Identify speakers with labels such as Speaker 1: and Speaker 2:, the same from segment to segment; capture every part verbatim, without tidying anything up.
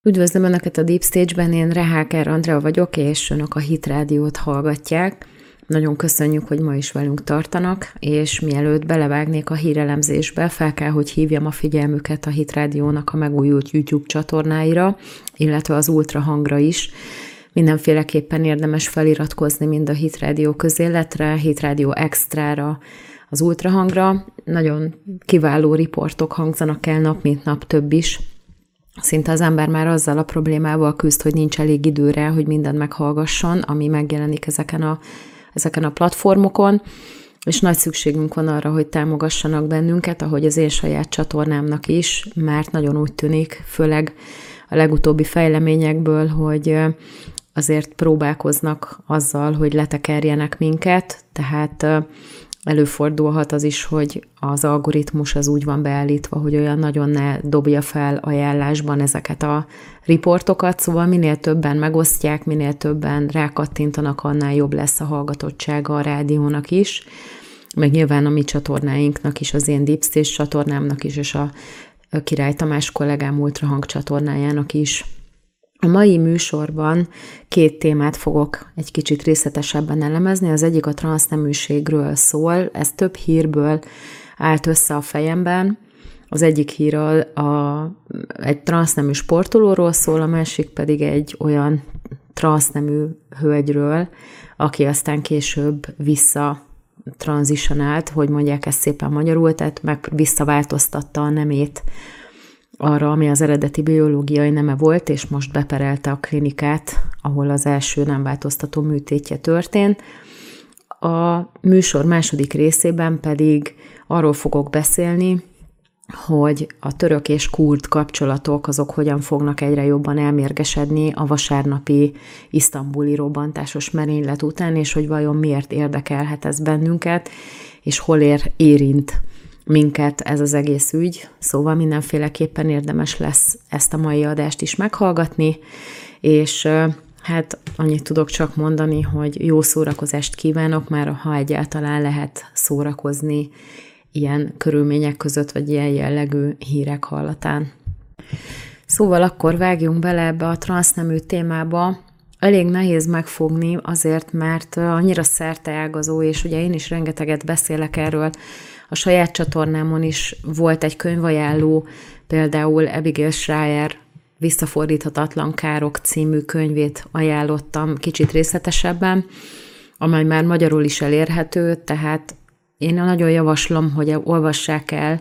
Speaker 1: Üdvözlöm Önöket a Deep Stage-ben, én Reháker Andrea vagyok, és Önök a Hit Rádiót hallgatják. Nagyon köszönjük, hogy ma is velünk tartanak, és mielőtt belevágnék a hírelemzésbe, fel kell, hogy hívjam a figyelmüket a Hit Rádiónak a megújult YouTube csatornáira, illetve az Ultra Hangra is. Mindenféleképpen érdemes feliratkozni mind a Hit Rádió közéletre, Hit Rádió Extrára, az Ultra Hangra. Nagyon kiváló riportok hangzanak el nap mint nap, több is. Szinte az ember már azzal a problémával küzd, hogy nincs elég időre, hogy mindent meghallgasson, ami megjelenik ezeken a, ezeken a platformokon, és nagy szükségünk van arra, hogy támogassanak bennünket, ahogy az én saját csatornámnak is, mert nagyon úgy tűnik, főleg a legutóbbi fejleményekből, hogy azért próbálkoznak azzal, hogy letekerjenek minket, tehát előfordulhat az is, hogy az algoritmus az úgy van beállítva, hogy olyan nagyon ne dobja fel ajánlásban ezeket a riportokat, szóval minél többen megosztják, minél többen rákattintanak, annál jobb lesz a hallgatottsága a rádiónak is, meg nyilván a mi csatornáinknak is, az én Deep Stage csatornámnak is, és a Király Tamás kollégám Ultrahang csatornájának is. A mai műsorban két témát fogok egy kicsit részletesebben elemezni. Az egyik a transzneműségről szól, ez több hírből állt össze a fejemben. Az egyik hír a, a, egy transznemű sportolóról szól, a másik pedig egy olyan transznemű hölgyről, aki aztán később vissza tranzicionált, hogy mondják ezt szépen magyarul, tehát meg visszaváltoztatta a nemét arra, ami az eredeti biológiai neme volt, és most beperelte a klinikát, ahol az első nem változtató műtétje történt. A műsor második részében pedig arról fogok beszélni, hogy a török és kurd kapcsolatok azok hogyan fognak egyre jobban elmérgesedni a vasárnapi isztambuli robbantásos merénylet után, és hogy vajon miért érdekelhet ez bennünket, és hol ér, érint minket ez az egész ügy, szóval mindenféleképpen érdemes lesz ezt a mai adást is meghallgatni, és hát annyit tudok csak mondani, hogy jó szórakozást kívánok, már ha egyáltalán lehet szórakozni ilyen körülmények között, vagy ilyen jellegű hírek hallatán. Szóval akkor vágjunk bele ebbe a transznemű témába. Elég nehéz megfogni azért, mert annyira szerteágazó, és ugye én is rengeteget beszélek erről. A saját csatornámon is volt egy könyvajánló, például Abigail Shrier Visszafordíthatatlan károk című könyvét ajánlottam kicsit részletesebben, amely már magyarul is elérhető, tehát én nagyon javaslom, hogy olvassák el,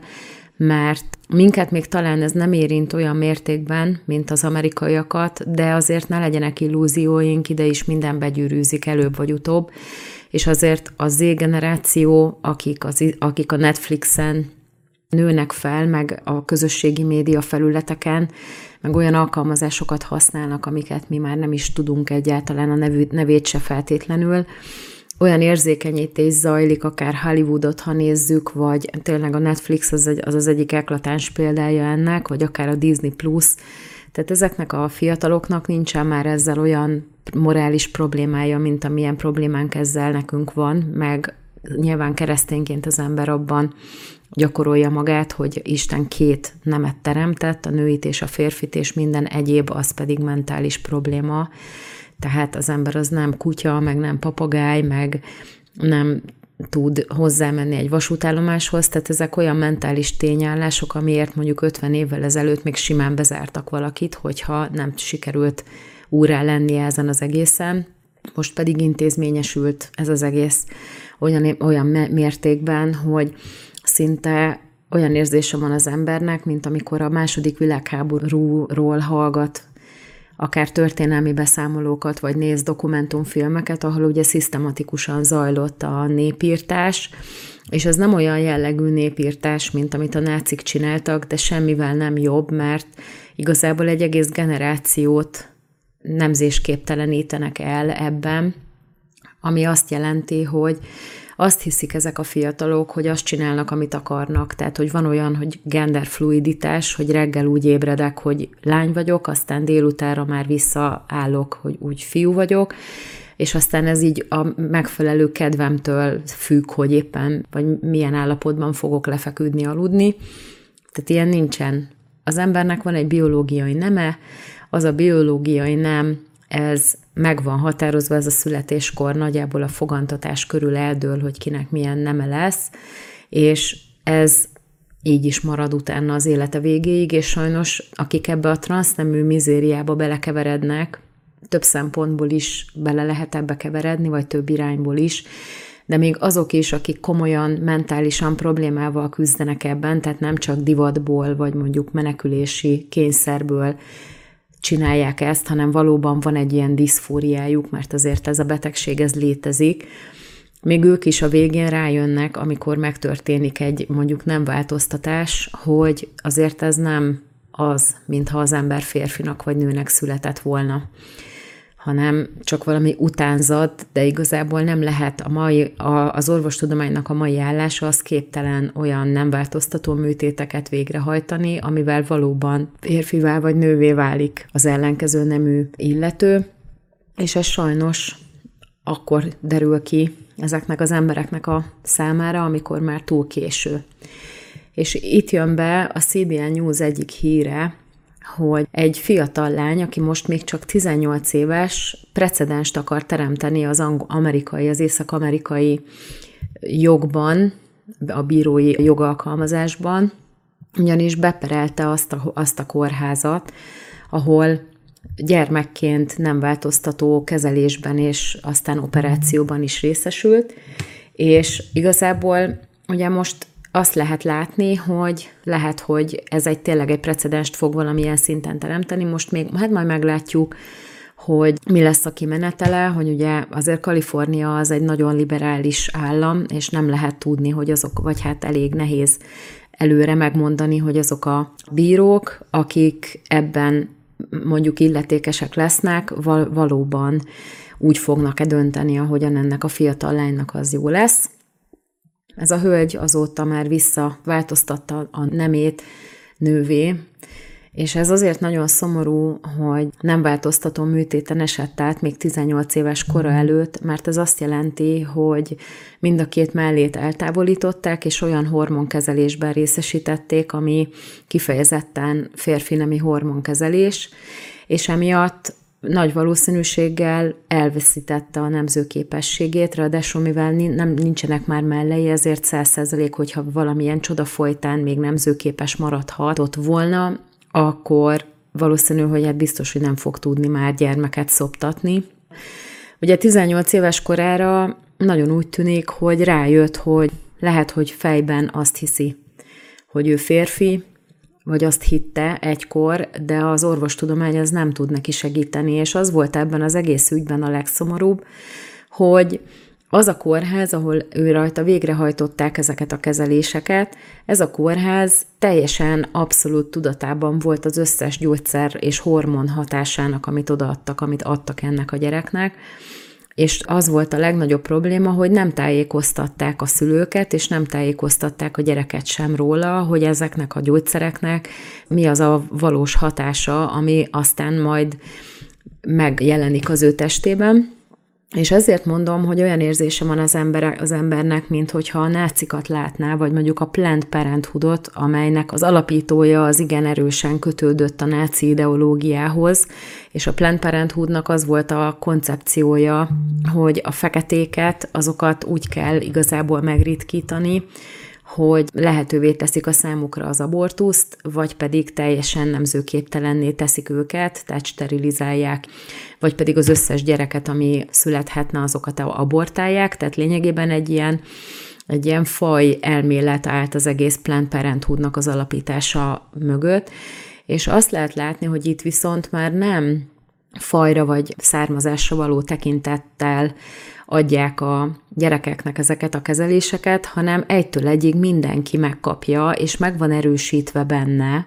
Speaker 1: mert minket még talán ez nem érint olyan mértékben, mint az amerikaiakat, de azért ne legyenek illúzióink, ide is minden begyűrűzik előbb vagy utóbb, és azért a Z-generáció, akik, az, akik a Netflixen nőnek fel, meg a közösségi média felületeken, meg olyan alkalmazásokat használnak, amiket mi már nem is tudunk egyáltalán a nevű, nevét se feltétlenül, olyan érzékenyítés zajlik, akár Hollywoodot, ha nézzük, vagy tényleg a Netflix az egy, az, az egyik eklatáns példája ennek, vagy akár a Disney Plus. Tehát ezeknek a fiataloknak nincsen már ezzel olyan morális problémája, mint amilyen problémánk ezzel nekünk van, meg nyilván keresztényként az ember abban gyakorolja magát, hogy Isten két nemet teremtett, a nőit és a férfit, és minden egyéb, az pedig mentális probléma. Tehát az ember az nem kutya, meg nem papagáj, meg nem tud hozzámenni egy vasútállomáshoz, tehát ezek olyan mentális tényállások, amiért mondjuk ötven évvel ezelőtt még simán bezártak valakit, hogyha nem sikerült úrrá lennie ezen az egészen. Most pedig intézményesült ez az egész olyan, olyan mértékben, hogy szinte olyan érzése van az embernek, mint amikor a második világháborúról hallgat akár történelmi beszámolókat, vagy néz dokumentumfilmeket, ahol ugye szisztematikusan zajlott a népírtás, és ez nem olyan jellegű népírtás, mint amit a nácik csináltak, de semmivel nem jobb, mert igazából egy egész generációt nemzésképtelenítenek el ebben, ami azt jelenti, hogy azt hiszik ezek a fiatalok, hogy azt csinálnak, amit akarnak. Tehát, hogy van olyan, hogy genderfluiditás, hogy reggel úgy ébredek, hogy lány vagyok, aztán délutánra már visszaállok, hogy úgy fiú vagyok, és aztán ez így a megfelelő kedvemtől függ, hogy éppen, vagy milyen állapotban fogok lefeküdni, aludni. Tehát ilyen nincsen. Az embernek van egy biológiai neme, az a biológiai nem, ez meg van határozva, ez a születéskor nagyjából a fogantatás körül eldől, hogy kinek milyen neme lesz, és ez így is marad utána az élete végéig, és sajnos akik ebbe a transznemű mizériába belekeverednek, több szempontból is bele lehet ebbe keveredni, vagy több irányból is, de még azok is, akik komolyan mentálisan problémával küzdenek ebben, tehát nem csak divatból, vagy mondjuk menekülési kényszerből csinálják ezt, hanem valóban van egy ilyen diszfóriájuk, mert azért ez a betegség, ez létezik. Még ők is a végén rájönnek, amikor megtörténik egy mondjuk nem változtatás, hogy azért ez nem az, mintha az ember férfinak vagy nőnek született volna, hanem csak valami utánzat, de igazából nem lehet a mai, a, az orvostudománynak a mai állása az képtelen olyan nem változtató műtéteket végrehajtani, amivel valóban férfivá vagy nővé válik az ellenkező nemű illető, és ez sajnos akkor derül ki ezeknek az embereknek a számára, amikor már túl késő. És itt jön be a cé bé en News egyik híre, hogy egy fiatal lány, aki most még csak tizennyolc éves, precedenst akar teremteni az amerikai, az észak-amerikai jogban, a bírói jogalkalmazásban, ugyanis beperelte azt a, azt a kórházat, ahol gyermekként nem változtató kezelésben és aztán operációban is részesült, és igazából ugye most azt lehet látni, hogy lehet, hogy ez egy tényleg egy precedenst fog valamilyen szinten teremteni. Most még, hát majd meglátjuk, hogy mi lesz a kimenetele, hogy ugye azért Kalifornia az egy nagyon liberális állam, és nem lehet tudni, hogy azok, vagy hát elég nehéz előre megmondani, hogy azok a bírók, akik ebben mondjuk illetékesek lesznek, val- valóban úgy fognak-e dönteni, ahogyan ennek a fiatal lánynak az jó lesz. Ez a hölgy azóta már visszaváltoztatta a nemét nővé, és ez azért nagyon szomorú, hogy nem változtató műtéten esett át még tizennyolc éves kora előtt, mert ez azt jelenti, hogy mind a két mellét eltávolították, és olyan hormonkezelésben részesítették, ami kifejezetten férfi nemi hormonkezelés, és emiatt nagy valószínűséggel elveszítette a nemzőképességét, ráadásul mivel nem nincsenek már mellei, ezért száz százalék, hogyha valamilyen csoda folytán még nemzőképes maradhatott volna, akkor valószínű, hogy hát biztos, hogy nem fog tudni már gyermeket szoptatni. Ugye tizennyolc éves korára nagyon úgy tűnik, hogy rájött, hogy lehet, hogy fejben azt hiszi, hogy ő férfi, vagy azt hitte egykor, de az orvostudomány az nem tud neki segíteni, és az volt ebben az egész ügyben a legszomorúbb, hogy az a kórház, ahol ő rajta végrehajtották ezeket a kezeléseket, ez a kórház teljesen abszolút tudatában volt az összes gyógyszer és hormon hatásának, amit odaadtak, amit adtak ennek a gyereknek, és az volt a legnagyobb probléma, hogy nem tájékoztatták a szülőket, és nem tájékoztatták a gyereket sem róla, hogy ezeknek a gyógyszereknek mi az a valós hatása, ami aztán majd megjelenik az ő testében. És ezért mondom, hogy olyan érzése van az, ember, az embernek, mint hogyha a nácikat látná, vagy mondjuk a Planned Parenthoodot, amelynek az alapítója az igen erősen kötődött a náci ideológiához, és a Planned Parenthoodnak az volt a koncepciója, hogy a feketéket, azokat úgy kell igazából megritkítani, hogy lehetővé teszik a számukra az abortuszt, vagy pedig teljesen nemzőképtelenné teszik őket, tehát sterilizálják, vagy pedig az összes gyereket, ami születhetne, azokat abortálják, tehát lényegében egy ilyen, egy ilyen faj elmélet állt az egész Planned Parenthoodnak az alapítása mögött, és azt lehet látni, hogy itt viszont már nem fajra vagy származásra való tekintettel adják a gyerekeknek ezeket a kezeléseket, hanem egytől egyig mindenki megkapja, és meg van erősítve benne,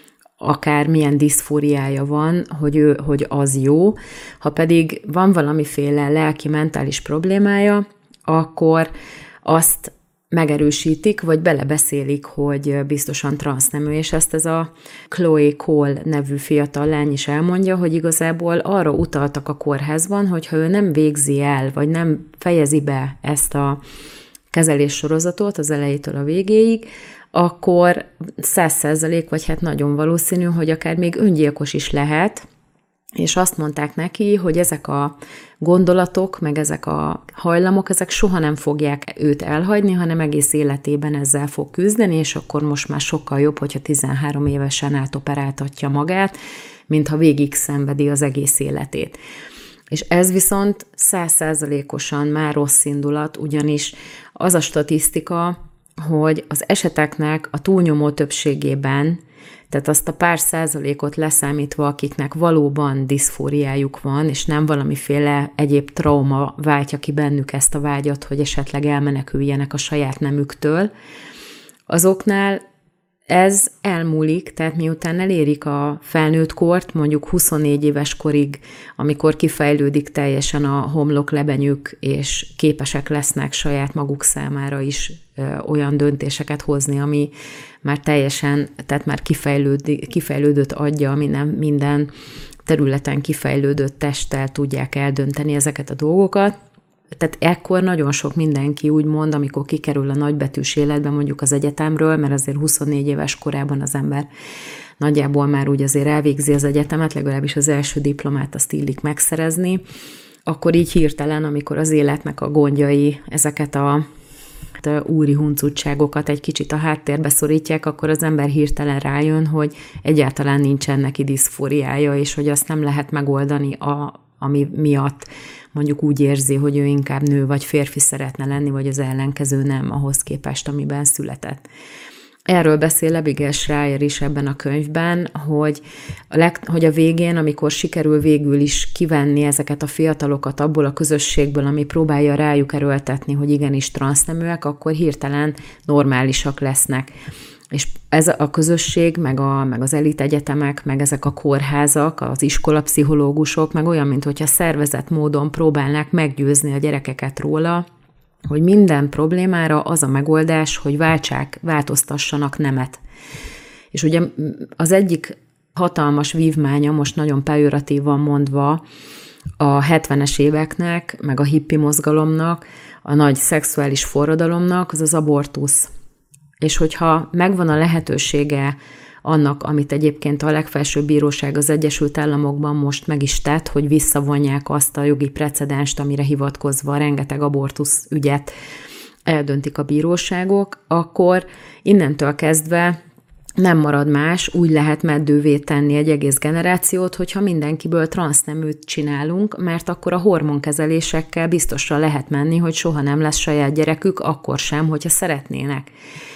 Speaker 1: akár milyen diszfóriája van, hogy, ő, hogy az jó. Ha pedig van valamiféle lelki-mentális problémája, akkor azt megerősítik, vagy belebeszélik, hogy biztosan transznemű, és ezt ez a Chloe Cole nevű fiatal lány is elmondja, hogy igazából arra utaltak a kórházban, hogyha ő nem végzi el, vagy nem fejezi be ezt a kezeléssorozatot az elejétől a végéig, akkor száz százalék, vagy hát nagyon valószínű, hogy akár még öngyilkos is lehet, és azt mondták neki, hogy ezek a gondolatok, meg ezek a hajlamok, ezek soha nem fogják őt elhagyni, hanem egész életében ezzel fog küzdeni, és akkor most már sokkal jobb, hogyha tizenhárom évesen átoperáltatja magát, mint ha végig szenvedi az egész életét. És ez viszont száz százalékosan már rossz indulat, ugyanis az a statisztika, hogy az eseteknek a túlnyomó többségében, tehát azt a pár százalékot leszámítva, akiknek valóban diszfóriájuk van, és nem valamiféle egyéb trauma váltja ki bennük ezt a vágyat, hogy esetleg elmeneküljenek a saját nemüktől, azoknál ez elmúlik, tehát miután elérik a felnőtt kort, mondjuk huszonnégy éves korig, amikor kifejlődik teljesen a homloklebenyük, és képesek lesznek saját maguk számára is ö, olyan döntéseket hozni, ami már teljesen, tehát már kifejlődött agyja, minden, minden területen kifejlődött testtel tudják eldönteni ezeket a dolgokat. Tehát ekkor nagyon sok mindenki úgy mond, amikor kikerül a nagybetűs életbe, mondjuk az egyetemről, mert azért huszonnégy éves korában az ember nagyjából már úgy azért elvégzi az egyetemet, legalábbis az első diplomát azt illik megszerezni, akkor így hirtelen, amikor az életnek a gondjai ezeket a úri huncutságokat egy kicsit a háttérbe szorítják, akkor az ember hirtelen rájön, hogy egyáltalán nincsen neki diszfóriája, és hogy azt nem lehet megoldani, a, ami miatt mondjuk úgy érzi, hogy ő inkább nő vagy férfi szeretne lenni, vagy az ellenkező nem ahhoz képest, amiben született. Erről beszél Abigail Shrier is ebben a könyvben, hogy a, leg, hogy a végén, amikor sikerül végül is kivenni ezeket a fiatalokat abból a közösségből, ami próbálja rájuk erőltetni, hogy igenis transzneműek, akkor hirtelen normálisak lesznek. És ez a közösség, meg, a, meg az elit egyetemek, meg ezek a kórházak, az iskolapszichológusok, meg olyan, mintha szervezett módon próbálnák meggyőzni a gyerekeket róla, hogy minden problémára az a megoldás, hogy váltsák, változtassanak nemet. És ugye az egyik hatalmas vívmánya, most nagyon pejoratívan mondva, a hetvenes éveknek, meg a hippi mozgalomnak, a nagy szexuális forradalomnak, az az abortusz. És hogyha megvan a lehetősége annak, amit egyébként a legfelsőbb bíróság az Egyesült Államokban most meg is tett, hogy visszavonják azt a jogi precedenst, amire hivatkozva rengeteg abortusz ügyet eldöntik a bíróságok, akkor innentől kezdve nem marad más, úgy lehet meddővé tenni egy egész generációt, hogyha mindenkiből transzneműt csinálunk, mert akkor a hormonkezelésekkel biztosra lehet menni, hogy soha nem lesz saját gyerekük, akkor sem, hogyha szeretnének.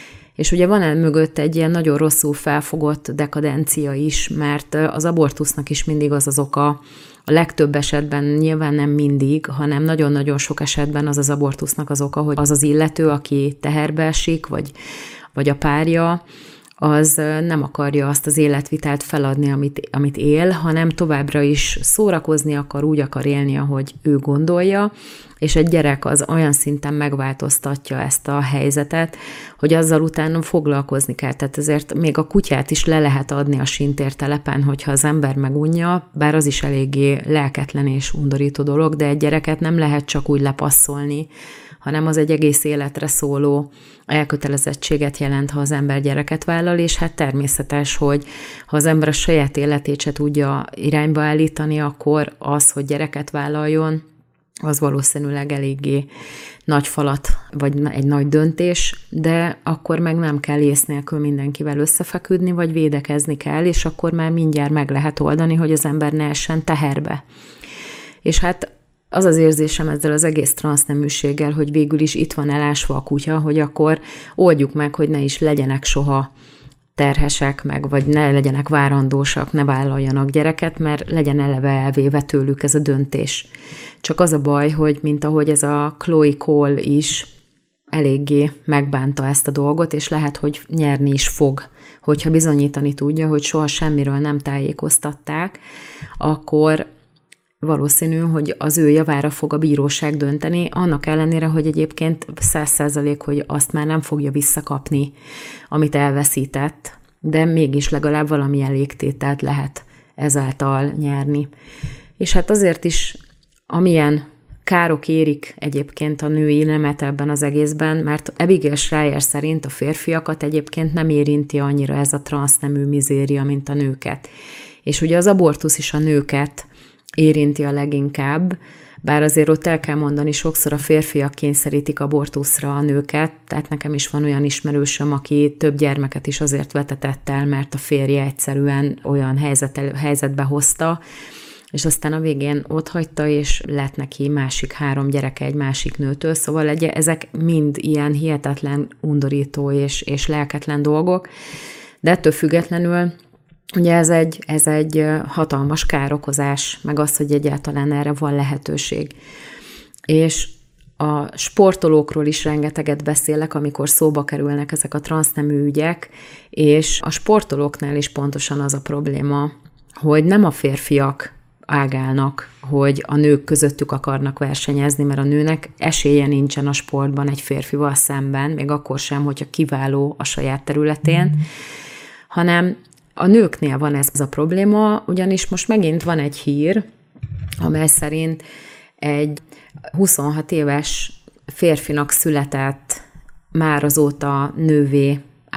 Speaker 1: És ugye van el mögött egy ilyen nagyon rosszul felfogott dekadencia is, mert az abortusznak is mindig az az oka, a legtöbb esetben nyilván nem mindig, hanem nagyon-nagyon sok esetben az az abortusznak az oka, hogy az az illető, aki teherbe esik, vagy, vagy a párja, az nem akarja azt az életvitelt feladni, amit, amit él, hanem továbbra is szórakozni akar, úgy akar élni, ahogy ő gondolja, és egy gyerek az olyan szinten megváltoztatja ezt a helyzetet, hogy azzal utána foglalkozni kell. Tehát ezért még a kutyát is le lehet adni a sintértelepen, hogyha az ember megunja, bár az is eléggé lelketlen és undorító dolog, de egy gyereket nem lehet csak úgy lepasszolni, hanem az egy egész életre szóló elkötelezettséget jelent, ha az ember gyereket vállal, és hát természetes, hogy ha az ember a saját életét se tudja irányba állítani, akkor az, hogy gyereket vállaljon, az valószínűleg eléggé nagy falat, vagy egy nagy döntés, de akkor meg nem kell ész nélkül mindenkivel összefeküdni, vagy védekezni kell, és akkor már mindjárt meg lehet oldani, hogy az ember ne essen teherbe. És hát az az érzésem ezzel az egész transzneműséggel, hogy végül is itt van elásva a kutya, hogy akkor oldjuk meg, hogy ne is legyenek soha terhesek, meg vagy ne legyenek várandósak, ne vállaljanak gyereket, mert legyen eleve elvéve tőlük ez a döntés. Csak az a baj, hogy mint ahogy ez a Chloe Cole is eléggé megbánta ezt a dolgot, és lehet, hogy nyerni is fog, hogyha bizonyítani tudja, hogy soha semmiről nem tájékoztatták, akkor valószínű, hogy az ő javára fog a bíróság dönteni, annak ellenére, hogy egyébként száz százalék, hogy azt már nem fogja visszakapni, amit elveszített, de mégis legalább valami elégtételt lehet ezáltal nyerni. És hát azért is, amilyen károk érik egyébként a női nemet ebben az egészben, mert Abigail Shrier szerint a férfiakat egyébként nem érinti annyira ez a transznemű mizéria, mint a nőket. És ugye az abortusz is a nőket érinti a leginkább, bár azért ott el kell mondani, sokszor a férfiak kényszerítik abortuszra a nőket, tehát nekem is van olyan ismerősöm, aki több gyermeket is azért vetetett el, mert a férje egyszerűen olyan helyzet, helyzetbe hozta, és aztán a végén otthagyta, és lett neki másik három gyereke egy másik nőtől, szóval egy, ezek mind ilyen hihetetlen, undorító és, és lelketlen dolgok, de ettől függetlenül ugye ez egy, ez egy hatalmas károkozás, meg az, hogy egyáltalán erre van lehetőség. És a sportolókról is rengeteget beszélek, amikor szóba kerülnek ezek a transznemű ügyek, és a sportolóknál is pontosan az a probléma, hogy nem a férfiak ágálnak, hogy a nők közöttük akarnak versenyezni, mert a nőnek esélye nincsen a sportban egy férfival szemben, még akkor sem, hogyha kiváló a saját területén, mm. hanem a nőknél van ez a probléma, ugyanis most megint van egy hír, amely szerint egy huszonhat éves férfinak született, már azóta nővé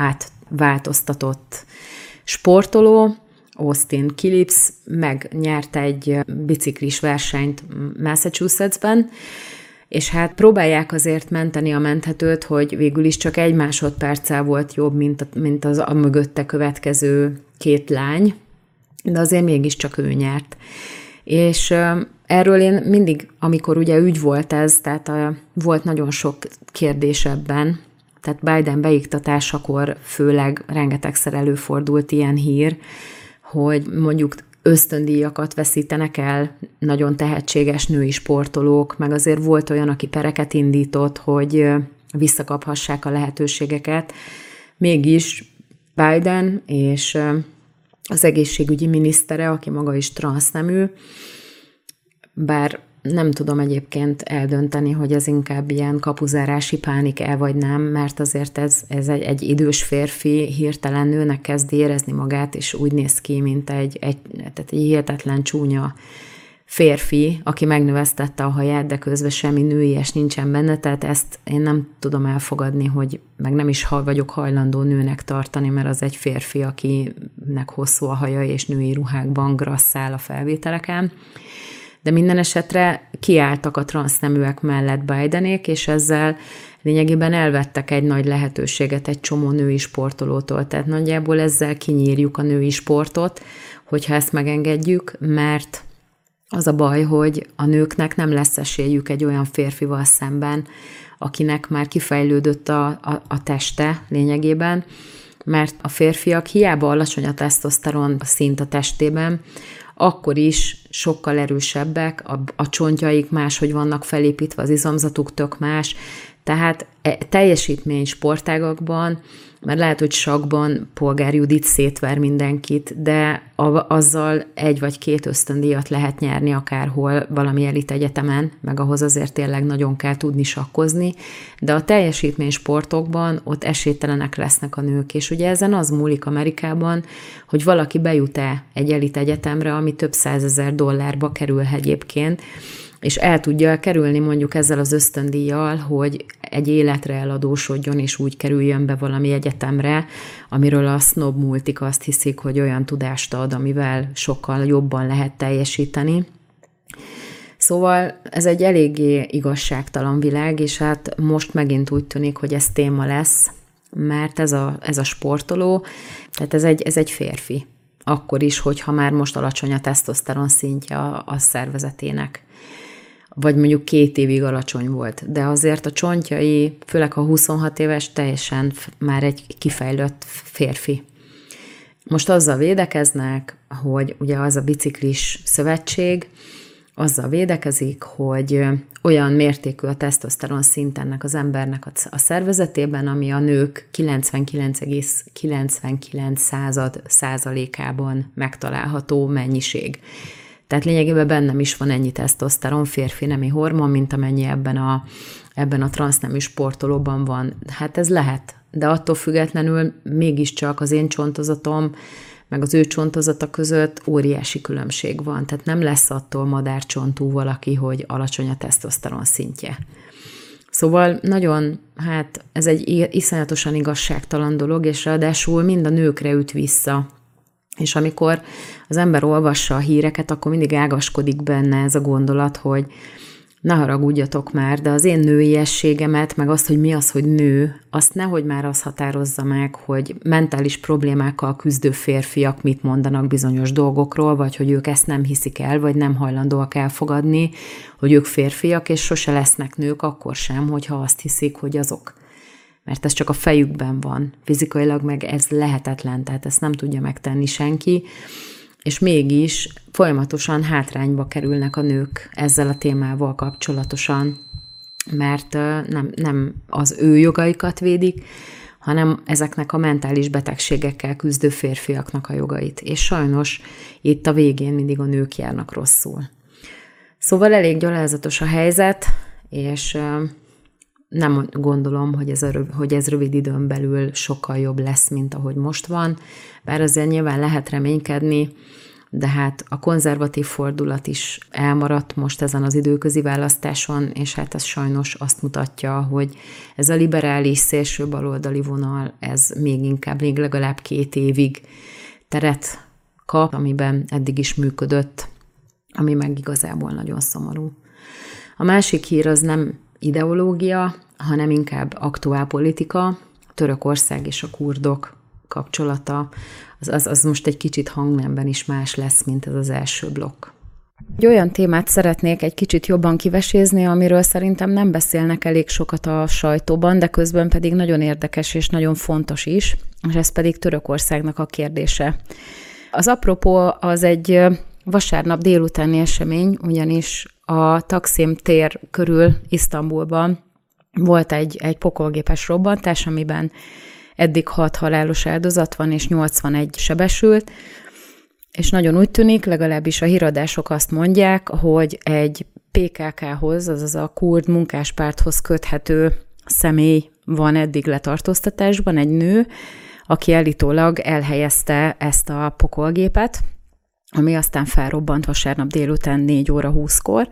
Speaker 1: átváltoztatott sportoló, Austin Phillips megnyerte egy biciklis versenyt Massachusettsben, és hát próbálják azért menteni a menthetőt, hogy végül is csak egy másodperccel volt jobb, mint, a, mint az a mögötte következő két lány, de azért mégiscsak ő nyert. És erről én mindig, amikor ugye ügy volt ez, tehát a, volt nagyon sok kérdés ebben, tehát Biden beiktatásakor főleg rengetegszer előfordult ilyen hír, hogy mondjuk ösztöndíjakat veszítenek el nagyon tehetséges női sportolók, meg azért volt olyan, aki pereket indított, hogy visszakaphassák a lehetőségeket. Mégis Biden és az egészségügyi minisztere, aki maga is transznemű, bár nem tudom egyébként eldönteni, hogy ez inkább ilyen kapuzárási pánik-e vagy nem, mert azért ez, ez egy, egy idős férfi hirtelen nőnek kezd érezni magát, és úgy néz ki, mint egy, egy, tehát egy hihetetlen csúnya férfi, aki megnövesztette a haját, de közben semmi nőies nincsen benne, tehát ezt én nem tudom elfogadni, hogy meg nem is vagyok hajlandó nőnek tartani, mert az egy férfi, akinek hosszú a haja és női ruhákban grasszál a felvételeken. De minden esetre kiálltak a transzneműek mellett Bidenék, és ezzel lényegében elvettek egy nagy lehetőséget egy csomó női sportolótól. Tehát nagyjából ezzel kinyírjuk a női sportot, hogyha ezt megengedjük, mert az a baj, hogy a nőknek nem lesz esélyük egy olyan férfival szemben, akinek már kifejlődött a, a, a teste lényegében, mert a férfiak hiába alacsony a tesztoszteron szint a testében, akkor is sokkal erősebbek, a, a csontjaik máshogy vannak felépítve, az izomzatuk tök más, tehát teljesítmény sportágakban, mert lehet, hogy sakkban Polgár Judit szétver mindenkit, de a, azzal egy vagy két ösztöndíjat lehet nyerni akárhol valami elit egyetemen, meg ahhoz azért tényleg nagyon kell tudni sakkozni, de a teljesítmény sportokban ott esélytelenek lesznek a nők, és ugye ezen az múlik Amerikában, hogy valaki bejut-e egy elit egyetemre, ami több százezer dollárba kerül egyébként, és el tudja kerülni mondjuk ezzel az ösztöndíjjal, hogy egy életre eladósodjon, és úgy kerüljön be valami egyetemre, amiről a sznob multik azt hiszik, hogy olyan tudást ad, amivel sokkal jobban lehet teljesíteni. Szóval ez egy eléggé igazságtalan világ, és hát most megint úgy tűnik, hogy ez téma lesz, mert ez a, ez a sportoló, tehát ez egy, ez egy férfi. Akkor is, hogyha már most alacsony a tesztoszteron szintje a, a szervezetének. Vagy mondjuk két évig alacsony volt, de azért a csontjai, főleg ha huszonhat éves, teljesen már egy kifejlett férfi. Most azzal védekeznek, hogy ugye az a biciklis szövetség, azzal védekezik, hogy olyan mértékű a tesztoszteron szint ennek az embernek a szervezetében, ami a nők kilencvenkilenc egész kilencvenkilenc százalékában megtalálható mennyiség. Tehát lényegében bennem is van ennyi tesztoszteron, férfi nemi hormon, mint amennyi ebben a, ebben a transznemű sportolóban van. Hát ez lehet, de attól függetlenül mégiscsak az én csontozatom, meg az ő csontozata között óriási különbség van. Tehát nem lesz attól madárcsontú valaki, hogy alacsony a tesztoszteron szintje. Szóval nagyon, hát ez egy iszonyatosan igazságtalan dolog, és ráadásul mind a nőkre üt vissza És amikor az ember olvassa a híreket, akkor mindig ágaskodik benne ez a gondolat, hogy ne haragudjatok már, de az én nőiességemet, meg azt, hogy mi az, hogy nő, azt nehogy már az határozza meg, hogy mentális problémákkal küzdő férfiak mit mondanak bizonyos dolgokról, vagy hogy ők ezt nem hiszik el, vagy nem hajlandóak elfogadni, hogy ők férfiak, és sose lesznek nők akkor sem, hogyha azt hiszik, hogy azok. Mert ez csak a fejükben van. Fizikailag meg ez lehetetlen, tehát ezt nem tudja megtenni senki, és mégis folyamatosan hátrányba kerülnek a nők ezzel a témával kapcsolatosan, mert nem, nem az ő jogaikat védik, hanem ezeknek a mentális betegségekkel küzdő férfiaknak a jogait. És sajnos itt a végén mindig a nők járnak rosszul. Szóval elég gyalázatos a helyzet, és nem gondolom, hogy ez, a, hogy ez rövid időn belül sokkal jobb lesz, mint ahogy most van, bár azért nyilván lehet reménykedni, de hát a konzervatív fordulat is elmaradt most ezen az időközi választáson, és hát ez sajnos azt mutatja, hogy ez a liberális szélső baloldali vonal, ez még inkább, még legalább két évig teret kap, amiben eddig is működött, ami meg igazából nagyon szomorú. A másik hír az nem ideológia, hanem inkább aktuálpolitika, Törökország és a kurdok kapcsolata, az, az, az most egy kicsit hangnemben is más lesz, mint ez az első blokk. Egy olyan témát szeretnék egy kicsit jobban kivesézni, amiről szerintem nem beszélnek elég sokat a sajtóban, de közben pedig nagyon érdekes és nagyon fontos is, és ez pedig Törökországnak a kérdése. Az apropó az egy vasárnap délutáni esemény, ugyanis a Taksim tér körül Isztambulban volt egy, egy pokolgépes robbantás, amiben eddig hat halálos áldozat van, és nyolcvanegy sebesült, és nagyon úgy tűnik, legalábbis a híradások azt mondják, hogy egy pé ká ká-hoz, azaz a kurd munkáspárthoz köthető személy van eddig letartóztatásban, egy nő, aki állítólag elhelyezte ezt a pokolgépet, ami aztán felrobbant vasárnap délután négy óra húszkor.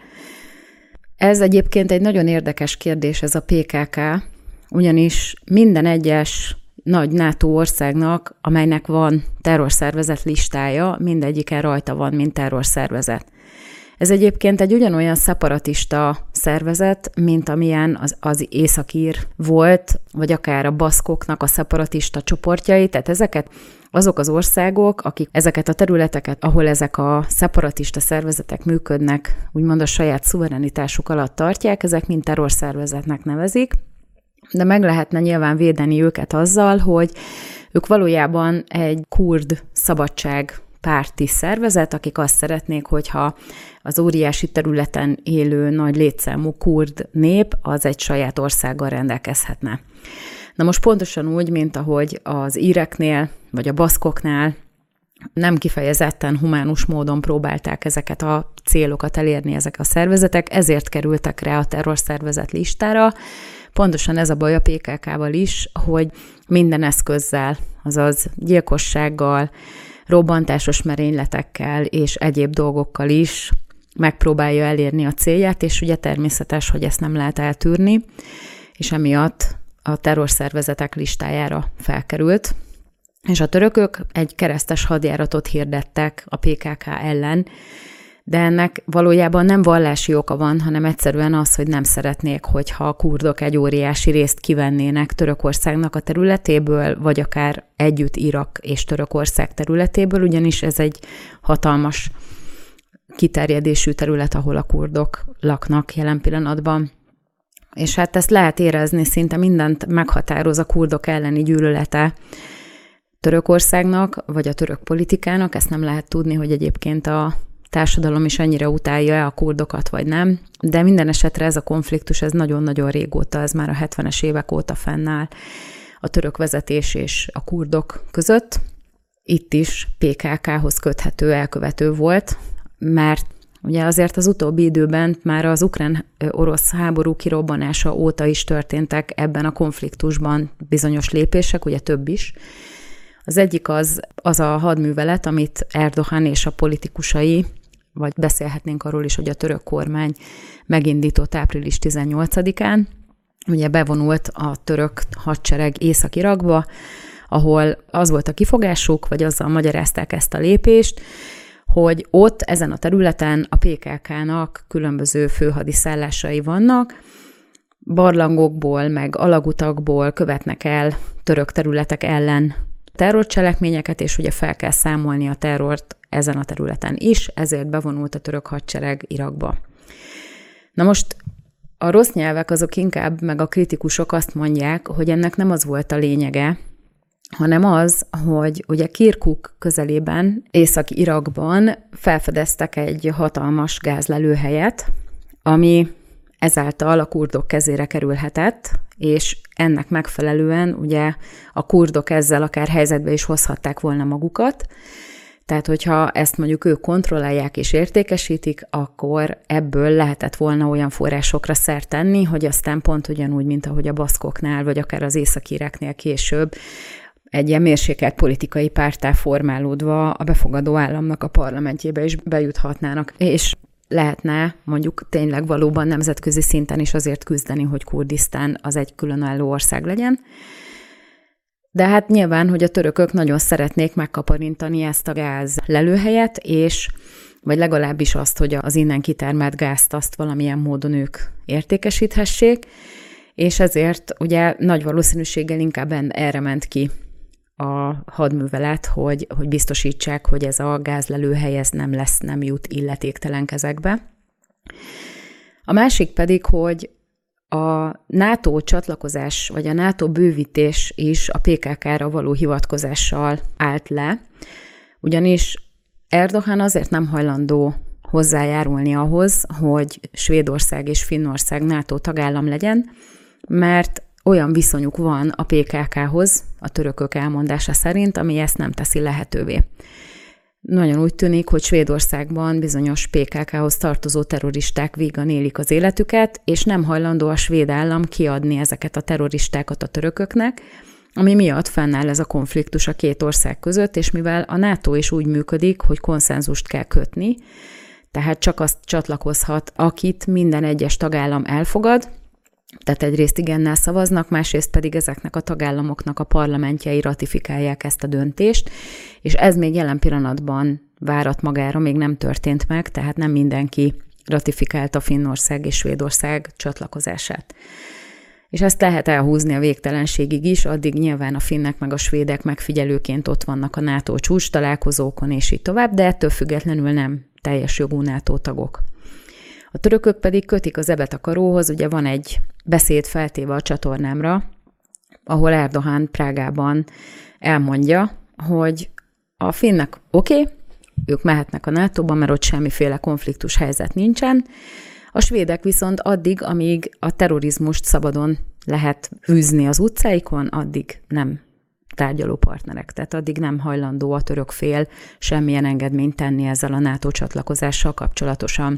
Speaker 1: Ez egyébként egy nagyon érdekes kérdés, ez a pé ká ká, ugyanis minden egyes nagy NATO országnak, amelynek van terrorszervezet listája, mindegyiken rajta van, mint terrorszervezet. Ez egyébként egy ugyanolyan szeparatista szervezet, mint amilyen az, az északír volt, vagy akár a baszkoknak a szeparatista csoportjai, tehát ezeket azok az országok, akik ezeket a területeket, ahol ezek a szeparatista szervezetek működnek, úgymond a saját szuverenitásuk alatt tartják, ezek mind terrorszervezetnek nevezik, de meg lehetne nyilván védeni őket azzal, hogy ők valójában egy kurd szabadság párti szervezet, akik azt szeretnék, hogyha az óriási területen élő nagy létszámú kurd nép az egy saját országgal rendelkezhetne. Na most pontosan úgy, mint ahogy az íreknél, vagy a baszkoknál nem kifejezetten humánus módon próbálták ezeket a célokat elérni ezek a szervezetek, ezért kerültek rá a terrorszervezet listára. Pontosan ez a baj a pé ká ká-val is, hogy minden eszközzel, azaz gyilkossággal, robbantásos merényletekkel és egyéb dolgokkal is megpróbálja elérni a célját, és ugye természetes, hogy ezt nem lehet eltűrni, és emiatt a terrorszervezetek listájára felkerült. És a törökök egy keresztes hadjáratot hirdettek a pé ká ká ellen, de ennek valójában nem vallási oka van, hanem egyszerűen az, hogy nem szeretnék, hogyha a kurdok egy óriási részt kivennének Törökországnak a területéből, vagy akár együtt Irak és Törökország területéből, ugyanis ez egy hatalmas kiterjedésű terület, ahol a kurdok laknak jelen pillanatban. És hát ezt lehet érezni, szinte mindent meghatároz a kurdok elleni gyűlölete Törökországnak, vagy a török politikának, ezt nem lehet tudni, hogy egyébként a társadalom is ennyire utálja-e a kurdokat, vagy nem, de minden esetre ez a konfliktus, ez nagyon-nagyon régóta, ez már a hetvenes évek óta fennáll a török vezetés és a kurdok között. Itt is pé ká ká-hoz köthető elkövető volt, mert ugye azért az utóbbi időben már az ukrán-orosz háború kirobbanása óta is történtek ebben a konfliktusban bizonyos lépések, ugye több is. Az egyik az, az a hadművelet, amit Erdogan és a politikusai, vagy beszélhetnénk arról is, hogy a török kormány megindított április tizennyolcadikán, ugye bevonult a török hadsereg Észak-Irakba, ahol az volt a kifogásuk, vagy azzal magyarázták ezt a lépést, hogy ott ezen a területen a pé ká ká-nak különböző főhadiszállásai vannak, barlangokból, meg alagutakból követnek el török területek ellen terrorcselekményeket, és ugye fel kell számolni a terrort ezen a területen is, ezért bevonult a török hadsereg Irakba. Na most a rossz nyelvek azok inkább, meg a kritikusok azt mondják, hogy ennek nem az volt a lényege, hanem az, hogy ugye Kirkuk közelében, Észak-Irakban felfedeztek egy hatalmas gázlelőhelyet, ami ezáltal a kurdok kezére kerülhetett, és ennek megfelelően ugye a kurdok ezzel akár helyzetbe is hozhatták volna magukat. Tehát, hogyha ezt mondjuk ők kontrollálják és értékesítik, akkor ebből lehetett volna olyan forrásokra szert tenni, hogy aztán pont ugyanúgy, mint ahogy a baszkoknál, vagy akár az északíreknél később, egy ilyen mérsékelt politikai párttá formálódva a befogadó államnak a parlamentjébe is bejuthatnának, és lehetne mondjuk tényleg valóban nemzetközi szinten is azért küzdeni, hogy Kurdisztán az egy különálló ország legyen. De hát nyilván, hogy a törökök nagyon szeretnék megkaparintani ezt a gáz lelőhelyet, és vagy legalábbis azt, hogy az innen kitermelt gázt azt valamilyen módon ők értékesíthessék, és ezért ugye nagy valószínűséggel inkább erre ment ki a hadművelet, hogy, hogy biztosítsák, hogy ez a gázlelőhely ez nem lesz, nem jut illetéktelen kezekbe. A másik pedig, hogy a NATO csatlakozás, vagy a NATO bővítés is a pé ká ká-ra való hivatkozással állt le, ugyanis Erdogan azért nem hajlandó hozzájárulni ahhoz, hogy Svédország és Finnország NATO tagállam legyen, mert olyan viszonyuk van a pé ká ká-hoz, a törökök elmondása szerint, ami ezt nem teszi lehetővé. Nagyon úgy tűnik, hogy Svédországban bizonyos pé ká ká-hoz tartozó terroristák vígan élik az életüket, és nem hajlandó a svéd állam kiadni ezeket a terroristákat a törököknek, ami miatt fennáll ez a konfliktus a két ország között, és mivel a NATO is úgy működik, hogy konszenzust kell kötni, tehát csak azt csatlakozhat, akit minden egyes tagállam elfogad, tehát egyrészt igennel szavaznak, másrészt pedig ezeknek a tagállamoknak a parlamentjei ratifikálják ezt a döntést, és ez még jelen pillanatban várat magára, még nem történt meg, tehát nem mindenki ratifikálta Finnország és Svédország csatlakozását. És ezt lehet elhúzni a végtelenségig is, addig nyilván a finnek meg a svédek megfigyelőként ott vannak a NATO csúcs találkozókon, és így tovább, de ettől függetlenül nem teljes jogú NATO tagok. A törökök pedig kötik az ebet a karóhoz, ugye van egy beszéd feltéve a csatornámra, ahol Erdogan Prágában elmondja, hogy a finnek oké, okay, ők mehetnek a nátóba, mert ott semmiféle konfliktus helyzet nincsen, a svédek viszont addig, amíg a terrorizmust szabadon lehet űzni az utcáikon, addig nem tárgyaló partnerek, tehát addig nem hajlandó a török fél semmilyen engedményt tenni ezzel a NATO csatlakozással kapcsolatosan.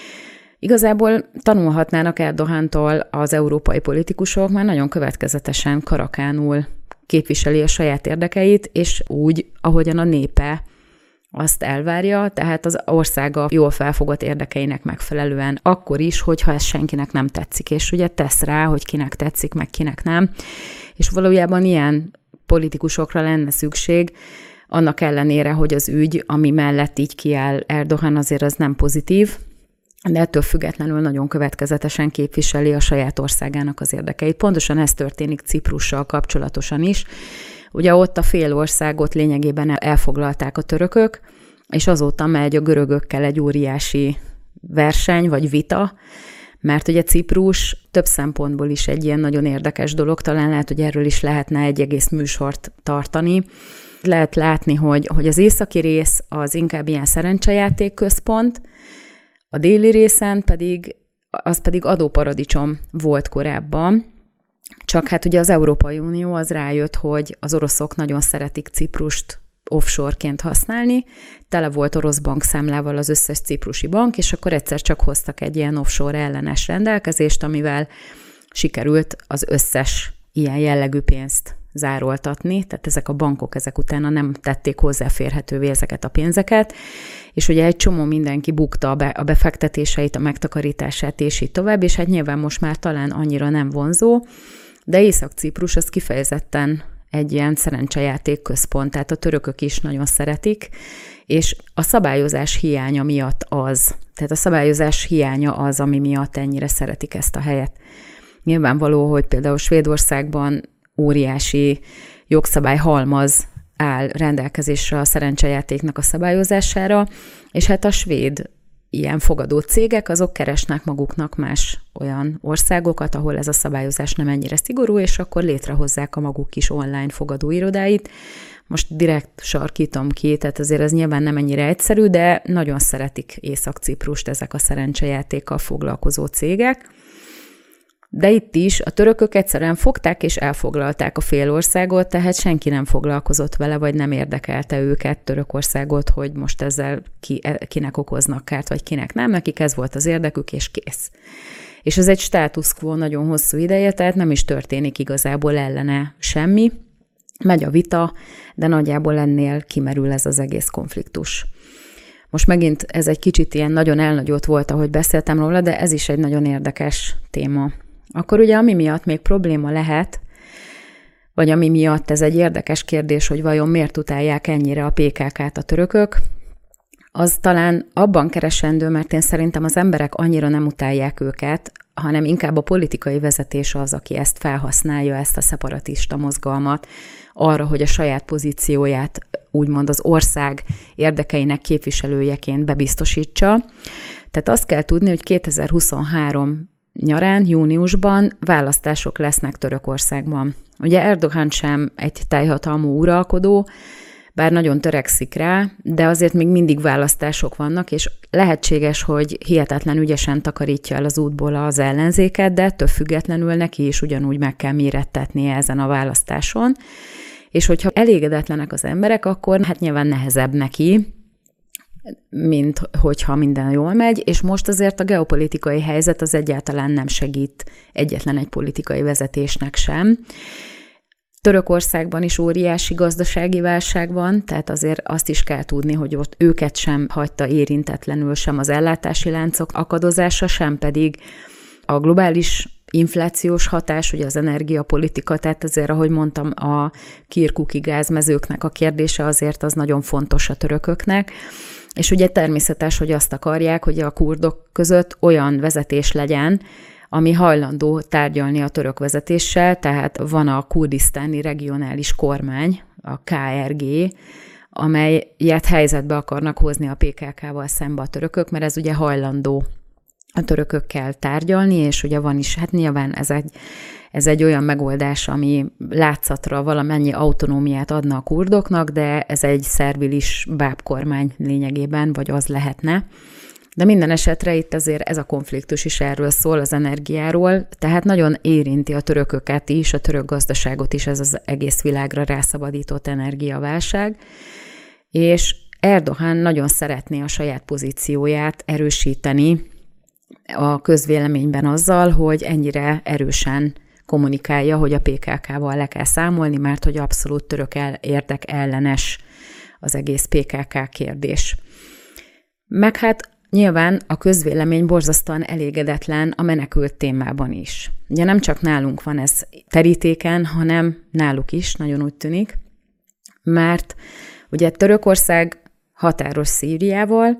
Speaker 1: Igazából tanulhatnának Erdogantól az európai politikusok, mert nagyon következetesen karakánul képviseli a saját érdekeit, és úgy, ahogyan a népe azt elvárja, tehát az országa jól felfogott érdekeinek megfelelően, akkor is, hogyha ez senkinek nem tetszik, és ugye tesz rá, hogy kinek tetszik, meg kinek nem, és valójában ilyen politikusokra lenne szükség, annak ellenére, hogy az ügy, ami mellett így kiáll Erdogan, azért az nem pozitív, de ettől függetlenül nagyon következetesen képviseli a saját országának az érdekeit. Pontosan ez történik Ciprussal kapcsolatosan is. Ugye ott a fél országot lényegében elfoglalták a törökök, és azóta megy a görögökkel egy óriási verseny vagy vita, mert ugye Ciprus több szempontból is egy ilyen nagyon érdekes dolog, talán lehet, hogy erről is lehetne egy egész műsort tartani. Lehet látni, hogy, hogy az északi rész az inkább ilyen szerencsejáték központ, a déli részen pedig, az pedig adóparadicsom volt korábban, csak hát ugye az Európai Unió az rájött, hogy az oroszok nagyon szeretik Ciprust offshore-ként használni, tele volt orosz bankszámlával az összes ciprusi bank, és akkor egyszer csak hoztak egy ilyen offshore ellenes rendelkezést, amivel sikerült az összes ilyen jellegű pénzt zároltatni, tehát ezek a bankok ezek utána nem tették hozzáférhetővé ezeket a pénzeket, és ugye egy csomó mindenki bukta a befektetéseit, a megtakarítását, és így tovább, és hát nyilván most már talán annyira nem vonzó, de Észak-Ciprus az kifejezetten egy ilyen szerencsejáték központ, tehát a törökök is nagyon szeretik, és a szabályozás hiánya miatt az, tehát a szabályozás hiánya az, ami miatt ennyire szeretik ezt a helyet. Nyilvánvaló, hogy például Svédországban óriási jogszabályhalmaz áll rendelkezésre a szerencsejátéknak a szabályozására, és hát a svéd ilyen fogadó cégek, azok keresnek maguknak más olyan országokat, ahol ez a szabályozás nem ennyire szigorú, és akkor létrehozzák a maguk kis online fogadóirodáit. Most direkt sarkítom ki, tehát azért ez nyilván nem ennyire egyszerű, de nagyon szeretik Észak-Ciprust ezek a szerencsejátékkal foglalkozó cégek. De itt is a törökök egyszerűen fogták és elfoglalták a félországot, tehát senki nem foglalkozott vele, vagy nem érdekelte őket, Törökországot, hogy most ezzel ki, kinek okoznak kárt, vagy kinek nem. Nekik ez volt az érdekük, és kész. És ez egy status quo nagyon hosszú ideje, tehát nem is történik igazából ellene semmi. Megy a vita, de nagyjából ennél kimerül ez az egész konfliktus. Most megint ez egy kicsit ilyen nagyon elnagyolt volt, ahogy beszéltem róla, de ez is egy nagyon érdekes téma. Akkor ugye ami miatt még probléma lehet, vagy ami miatt ez egy érdekes kérdés, hogy vajon miért utálják ennyire a pé ká ká-t a törökök, az talán abban keresendő, mert én szerintem az emberek annyira nem utálják őket, hanem inkább a politikai vezetés az, aki ezt felhasználja, ezt a szeparatista mozgalmat arra, hogy a saját pozícióját úgymond az ország érdekeinek képviselőjeként bebiztosítsa. Tehát azt kell tudni, hogy kétezer-huszonhárom nyarán, júniusban választások lesznek Törökországban. Ugye Erdogan sem egy teljhatalmú uralkodó, bár nagyon törekszik rá, de azért még mindig választások vannak, és lehetséges, hogy hihetetlen ügyesen takarítja el az útból az ellenzéket, de ettől függetlenül neki is ugyanúgy meg kell mérettetnie ezen a választáson. És hogyha elégedetlenek az emberek, akkor hát nyilván nehezebb neki, mint hogyha minden jól megy, és most azért a geopolitikai helyzet az egyáltalán nem segít egyetlen egy politikai vezetésnek sem. Törökországban is óriási gazdasági válság van, tehát azért azt is kell tudni, hogy ott őket sem hagyta érintetlenül sem az ellátási láncok akadozása, sem pedig a globális inflációs hatás, ugye az energiapolitika, tehát azért, ahogy mondtam, a kirkuki gázmezőknek a kérdése azért az nagyon fontos a törököknek, és ugye természetes, hogy azt akarják, hogy a kurdok között olyan vezetés legyen, ami hajlandó tárgyalni a török vezetéssel, tehát van a kurdisztáni regionális kormány, a ká er gé, amelyet helyzetbe akarnak hozni a pé ká ká-val szembe a törökök, mert ez ugye hajlandó a törökökkel tárgyalni, és ugye van is, hát nyilván ez egy, ez egy olyan megoldás, ami látszatra valamennyi autonómiát adna a kurdoknak, de ez egy szervilis bábkormány lényegében, vagy az lehetne. De minden esetre itt azért ez a konfliktus is erről szól, az energiáról, tehát nagyon érinti a törököket is, a török gazdaságot is ez az egész világra rászabadított energiaválság, és Erdogan nagyon szeretné a saját pozícióját erősíteni a közvéleményben azzal, hogy ennyire erősen kommunikálja, hogy a pé ká ká-val le kell számolni, mert hogy abszolút török el, érdek ellenes az egész pé ká ká kérdés. Meg hát nyilván a közvélemény borzasztóan elégedetlen a menekült témában is. Ugye nem csak nálunk van ez terítéken, hanem náluk is, nagyon úgy tűnik, mert ugye Törökország határos Szíriával,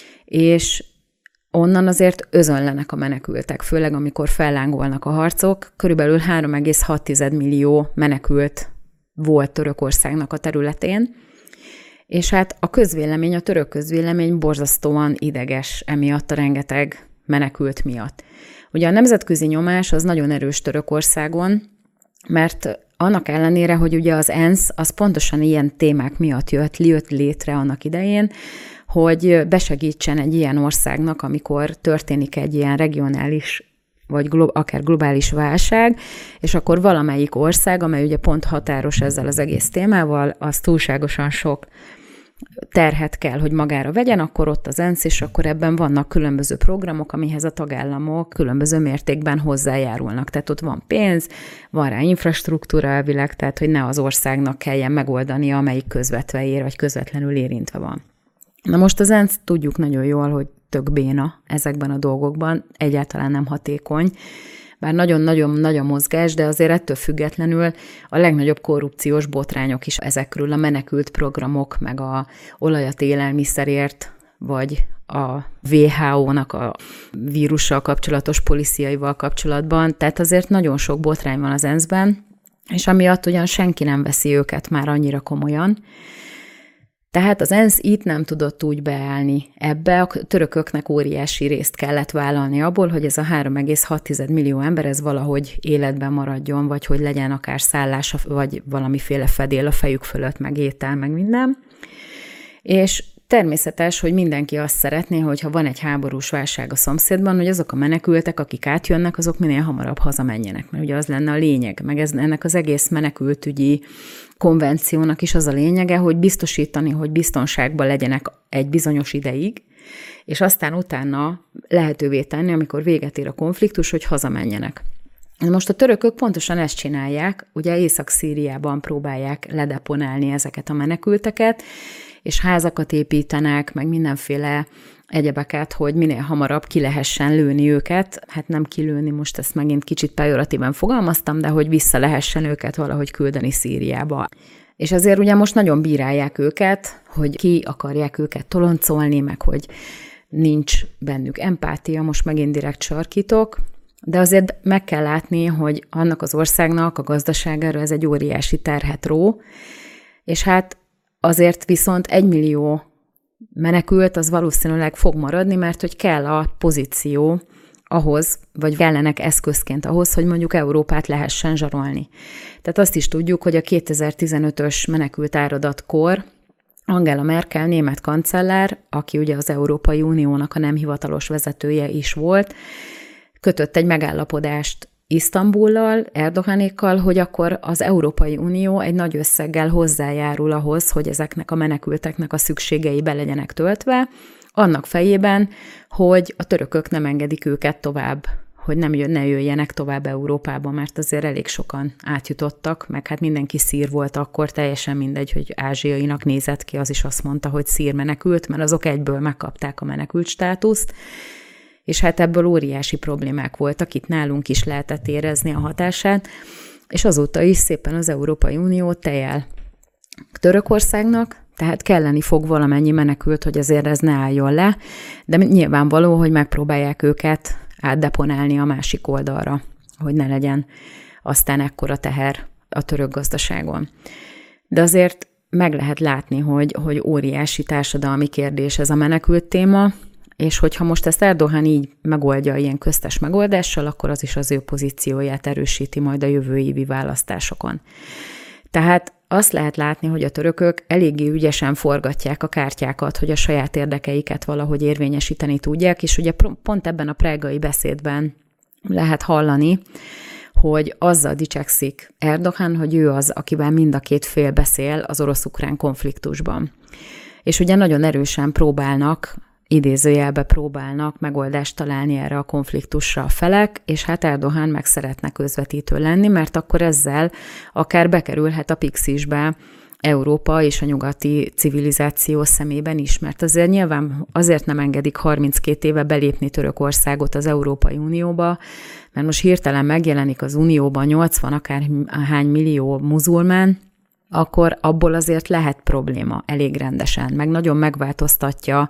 Speaker 1: és onnan azért özönlenek a menekültek, főleg amikor fellángolnak a harcok. Körülbelül három egész hat millió menekült volt Törökországnak a területén, és hát a közvélemény, a török közvélemény borzasztóan ideges emiatt a rengeteg menekült miatt. Ugye a nemzetközi nyomás az nagyon erős Törökországon, mert annak ellenére, hogy ugye az ENSZ az pontosan ilyen témák miatt jött, jött létre annak idején, hogy besegítsen egy ilyen országnak, amikor történik egy ilyen regionális, vagy glo- akár globális válság, és akkor valamelyik ország, amely ugye pont határos ezzel az egész témával, az túlságosan sok terhet kell, hogy magára vegyen, akkor ott az ENSZ, és akkor ebben vannak különböző programok, amihez a tagállamok különböző mértékben hozzájárulnak. Tehát ott van pénz, van rá infrastruktúra elvileg, tehát hogy ne az országnak kelljen megoldania, amelyik közvetve ér, vagy közvetlenül érintve van. Na most az ENSZ tudjuk nagyon jól, hogy tök béna ezekben a dolgokban, egyáltalán nem hatékony, bár nagyon-nagyon nagy a mozgás, de azért ettől függetlenül a legnagyobb korrupciós botrányok is ezekről a menekült programok, meg a olajat élelmiszerért, vagy a dupla vé há ó-nak a vírussal kapcsolatos políciaival kapcsolatban, tehát azért nagyon sok botrány van az é en es-ben, és amiatt ugyan senki nem veszi őket már annyira komolyan. Tehát az é en es itt nem tudott úgy beállni ebbe, a törököknek óriási részt kellett vállalni abból, hogy ez a három egész hat millió ember ez valahogy életben maradjon, vagy hogy legyen akár szállás, vagy valamiféle fedél a fejük fölött, meg étel, meg minden. És természetes, hogy mindenki azt szeretné, hogyha van egy háborús válság a szomszédban, hogy azok a menekültek, akik átjönnek, azok minél hamarabb hazamenjenek, mert ugye az lenne a lényeg, meg ez, ennek az egész menekültügyi konvenciónak is az a lényege, hogy biztosítani, hogy biztonságban legyenek egy bizonyos ideig, és aztán utána lehetővé tenni, amikor véget ér a konfliktus, hogy hazamenjenek. Most a törökök pontosan ezt csinálják, ugye Észak-Szíriában próbálják ledeponálni ezeket a menekülteket, és házakat építenek, meg mindenféle egyebeket, hogy minél hamarabb ki lehessen lőni őket. Hát nem kilőni, most ezt megint kicsit pejoratíven fogalmaztam, de hogy vissza lehessen őket valahogy küldeni Szíriába. És azért ugye most nagyon bírálják őket, hogy ki akarják őket toloncolni, meg hogy nincs bennük empátia, most megint direkt sarkítok, de azért meg kell látni, hogy annak az országnak a gazdaságára ez egy óriási terhet ró, és hát azért viszont egy millió menekült az valószínűleg fog maradni, mert hogy kell a pozíció ahhoz, vagy kellenek eszközként ahhoz, hogy mondjuk Európát lehessen zsarolni. Tehát azt is tudjuk, hogy a kétezer-tizenötös menekült áradatkor Angela Merkel, német kancellár, aki ugye az Európai Uniónak a nem hivatalos vezetője is volt, kötött egy megállapodást Isztambullal, Erdoganékkal, hogy akkor az Európai Unió egy nagy összeggel hozzájárul ahhoz, hogy ezeknek a menekülteknek a szükségei be legyenek töltve, annak fejében, hogy a törökök nem engedik őket tovább, hogy nem jön, ne jöjjenek tovább Európába, mert azért elég sokan átjutottak, meg hát mindenki szír volt akkor, teljesen mindegy, hogy ázsiainak nézett ki, az is azt mondta, hogy szír menekült, mert azok egyből megkapták a menekült státuszt, és hát ebből óriási problémák voltak, itt nálunk is lehetett érezni a hatását, és azóta is szépen az Európai Unió tejel Törökországnak, tehát kelleni fog valamennyi menekült, hogy azért ez ne álljon le, de nyilvánvaló, hogy megpróbálják őket átdeponálni a másik oldalra, hogy ne legyen aztán ekkora teher a török gazdaságon. De azért meg lehet látni, hogy, hogy óriási társadalmi kérdés ez a menekült téma, és hogyha most ezt Erdogan így megoldja ilyen köztes megoldással, akkor az is az ő pozícióját erősíti majd a jövő évi választásokon. Tehát azt lehet látni, hogy a törökök eléggé ügyesen forgatják a kártyákat, hogy a saját érdekeiket valahogy érvényesíteni tudják, és ugye pont ebben a prágai beszédben lehet hallani, hogy azzal dicsekszik Erdogan, hogy ő az, akivel mind a két fél beszél az orosz-ukrán konfliktusban. És ugye nagyon erősen próbálnak, idézőjelbe próbálnak megoldást találni erre a konfliktusra a felek, és hát Erdogan meg szeretne közvetítő lenni, mert akkor ezzel akár bekerülhet a Pixisbe Európa és a nyugati civilizáció szemében is, mert azért nyilván azért nem engedik harminckét éve belépni Törökországot az Európai Unióba, mert most hirtelen megjelenik az Unióban nyolcvan akárhány millió muzulmán, akkor abból azért lehet probléma elég rendesen, meg nagyon megváltoztatja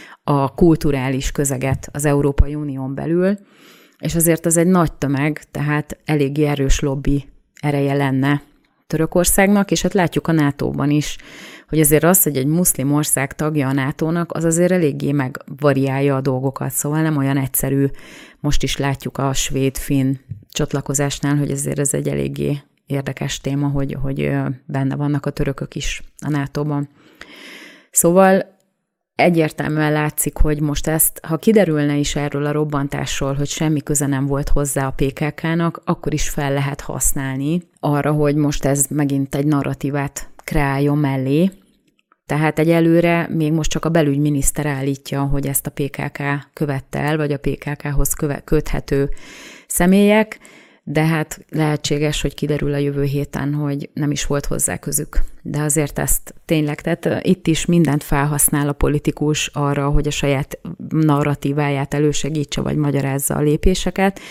Speaker 1: a kulturális közeget az Európai Unión belül, és azért az egy nagy tömeg, tehát eléggé erős lobby ereje lenne Törökországnak, és hát látjuk a nátóban is, hogy azért az, hogy egy muszlim ország tagja a nátónak, az azért eléggé megvariálja a dolgokat, szóval nem olyan egyszerű. Most is látjuk a svéd-finn csatlakozásnál, hogy azért ez egy eléggé érdekes téma, hogy, hogy benne vannak a törökök is a nátóban. Szóval egyértelműen látszik, hogy most ezt, ha kiderülne is erről a robbantásról, hogy semmi köze nem volt hozzá a pé ká ká-nak, akkor is fel lehet használni arra, hogy most ez megint egy narratívát kreáljon mellé. Tehát egyelőre még most csak a belügyminiszter állítja, hogy ezt a pé ká ká követte el, vagy a pé ká ká-hoz köthető személyek, de hát lehetséges, hogy kiderül a jövő héten, hogy nem is volt hozzá közük. De azért ezt tényleg, tehát itt is mindent felhasznál a politikus arra, hogy a saját narratíváját elősegítse, vagy magyarázza a lépéseket,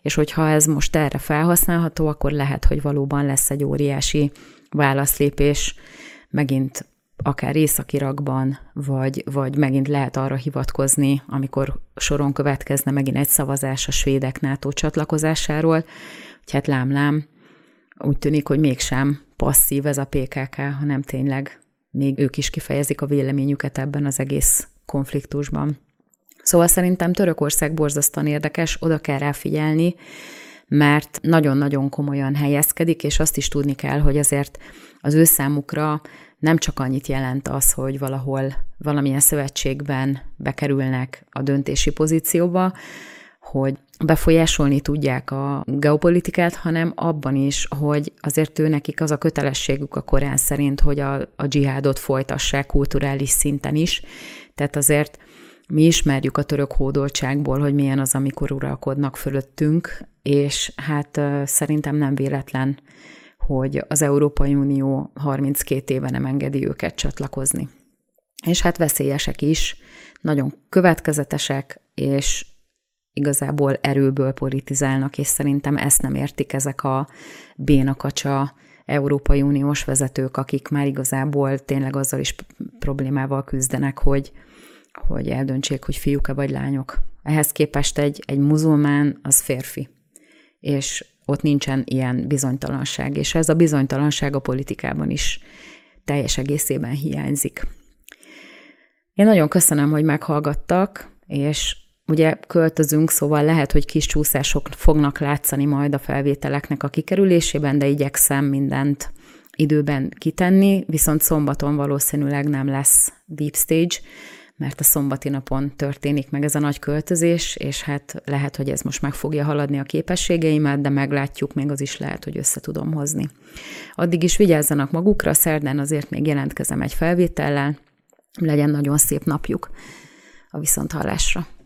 Speaker 1: és hogyha ez most erre felhasználható, akkor lehet, hogy valóban lesz egy óriási válaszlépés, megint akár Észak-Irakban, vagy, vagy megint lehet arra hivatkozni, amikor soron következne megint egy szavazás a svédek NATO csatlakozásáról, hogy hát lám-lám, úgy tűnik, hogy mégsem passzív ez a pé ká ká, hanem tényleg még ők is kifejezik a véleményüket ebben az egész konfliktusban. Szóval szerintem Törökország borzasztóan érdekes, oda kell rá figyelni, mert nagyon-nagyon komolyan helyezkedik, és azt is tudni kell, hogy azért az ő számukra nem csak annyit jelent az, hogy valahol valamilyen szövetségben bekerülnek a döntési pozícióba, hogy befolyásolni tudják a geopolitikát, hanem abban is, hogy azért ő nekik az a kötelességük a Korán szerint, hogy a, a dzsihádot folytassák kulturális szinten is. Tehát azért mi ismerjük a török hódoltságból, hogy milyen az, amikor uralkodnak fölöttünk, és hát szerintem nem véletlen, hogy az Európai Unió harminckét éve nem engedi őket csatlakozni. És hát veszélyesek is, nagyon következetesek, és igazából erőből politizálnak, és szerintem ezt nem értik ezek a bénakacsa Európai Uniós vezetők, akik már igazából tényleg azzal is problémával küzdenek, hogy, hogy eldöntsék, hogy fiúk-e vagy lányok. Ehhez képest egy, egy muzulmán az férfi, és ott nincsen ilyen bizonytalanság, és ez a bizonytalanság a politikában is teljes egészében hiányzik. Én nagyon köszönöm, hogy meghallgattak, és ugye költözünk, szóval lehet, hogy kis csúszások fognak látszani majd a felvételeknek a kikerülésében, de igyekszem mindent időben kitenni, viszont szombaton valószínűleg nem lesz Deep Stage, mert a szombati napon történik meg ez a nagy költözés, és hát lehet, hogy ez most meg fogja haladni a képességeimet, de meglátjuk, még az is lehet, hogy össze tudom hozni. Addig is vigyázzanak magukra, szerdán azért még jelentkezem egy felvétellel, legyen nagyon szép napjuk a viszonthallásra.